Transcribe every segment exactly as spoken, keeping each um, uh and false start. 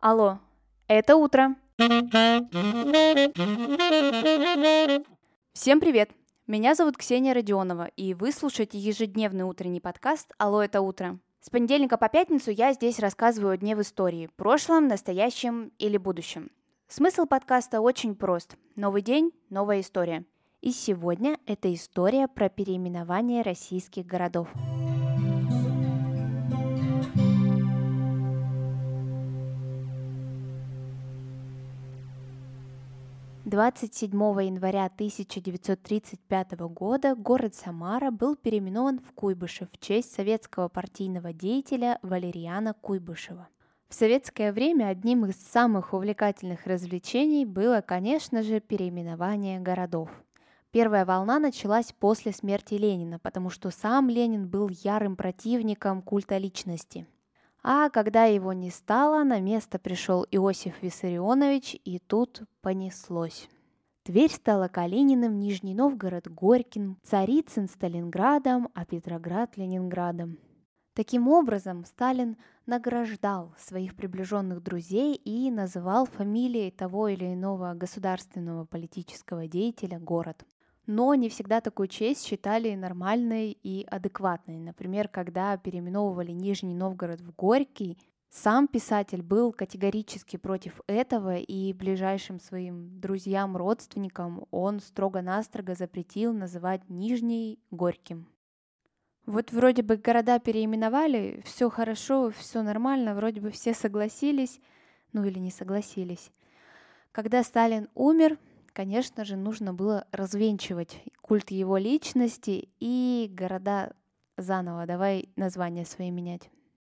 Алло, это утро. Всем привет! Меня зовут Ксения Родионова, и вы слушаете ежедневный утренний подкаст «Алло, это утро». С понедельника по пятницу я здесь рассказываю о дне в истории, прошлом, настоящем или будущем. Смысл подкаста очень прост. Новый день, новая история. И сегодня это история про переименование российских городов. двадцать седьмого января тысяча девятьсот тридцать пятого года город Самара был переименован в Куйбышев в честь советского партийного деятеля Валериана Куйбышева. В советское время одним из самых увлекательных развлечений было, конечно же, переименование городов. Первая волна началась после смерти Ленина, потому что сам Ленин был ярым противником культа личности. А когда его не стало, на место пришел Иосиф Виссарионович, и тут понеслось. Тверь стала Калининым, Нижний Новгород – Горьким, Царицын – Сталинградом, а Петроград – Ленинградом. Таким образом, Сталин награждал своих приближенных друзей и называл фамилией того или иного государственного политического деятеля город. Но не всегда такую честь считали нормальной и адекватной. Например, когда переименовывали Нижний Новгород в Горький, сам писатель был категорически против этого, и ближайшим своим друзьям, родственникам он строго-настрого запретил называть Нижний Горьким. Вот вроде бы города переименовали, все хорошо, все нормально, вроде бы все согласились, ну или не согласились. Когда Сталин умер, конечно же, нужно было развенчивать культ его личности и города заново, давай названия свои менять.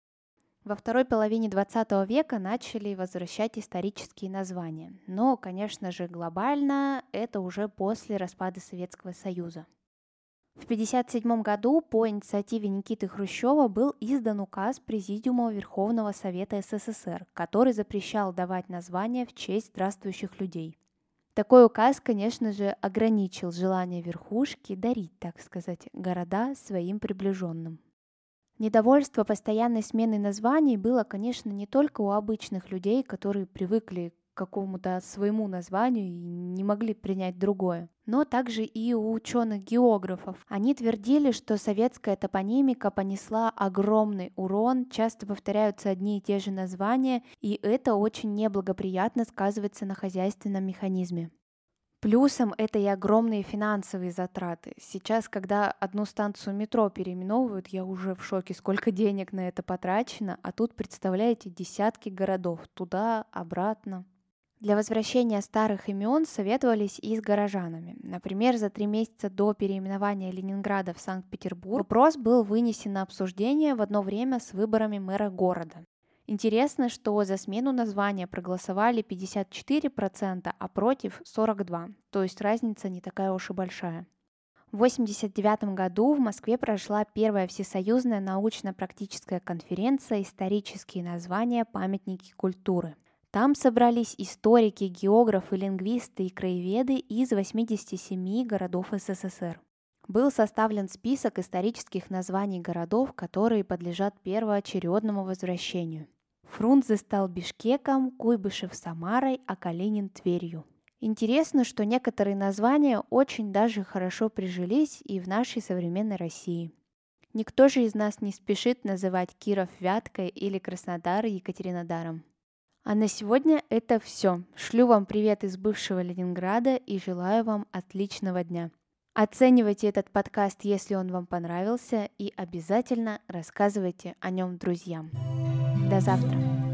Во второй половине двадцатого века начали возвращать исторические названия, но, конечно же, глобально это уже после распада Советского Союза. В тысяча девятьсот пятьдесят седьмом году по инициативе Никиты Хрущева был издан указ Президиума Верховного Совета СССР, который запрещал давать названия в честь здравствующих людей. Такой указ, конечно же, ограничил желание верхушки дарить, так сказать, города своим приближенным. Недовольство постоянной сменой названий было, конечно, не только у обычных людей, которые привыкли к какому-то своему названию и не могли принять другое, но также и у ученых-географов. Они твердили, что советская топонимика понесла огромный урон, часто повторяются одни и те же названия, и это очень неблагоприятно сказывается на хозяйственном механизме. Плюсом это и огромные финансовые затраты. Сейчас, когда одну станцию метро переименовывают, я уже в шоке, сколько денег на это потрачено, а тут, представляете, десятки городов, туда, обратно. Для возвращения старых имен советовались и с горожанами. Например, за три месяца до переименования Ленинграда в Санкт-Петербург вопрос был вынесен на обсуждение в одно время с выборами мэра города. Интересно, что за смену названия проголосовали пятьдесят четыре процента, а против сорок два процента, то есть разница не такая уж и большая. В восемьдесят девятом году в Москве прошла первая всесоюзная научно-практическая конференция «Исторические названия. Памятники культуры». Там собрались историки, географы, лингвисты и краеведы из восьмидесяти семи городов СССР. Был составлен список исторических названий городов, которые подлежат первоочередному возвращению. Фрунзе стал Бишкеком, Куйбышев – Самарой, а Калинин – Тверью. Интересно, что некоторые названия очень даже хорошо прижились и в нашей современной России. Никто же из нас не спешит называть Киров Вяткой или Краснодар Екатеринодаром. А на сегодня это все. Шлю вам привет из бывшего Ленинграда и желаю вам отличного дня. Оценивайте этот подкаст, если он вам понравился, и обязательно рассказывайте о нем друзьям. До завтра!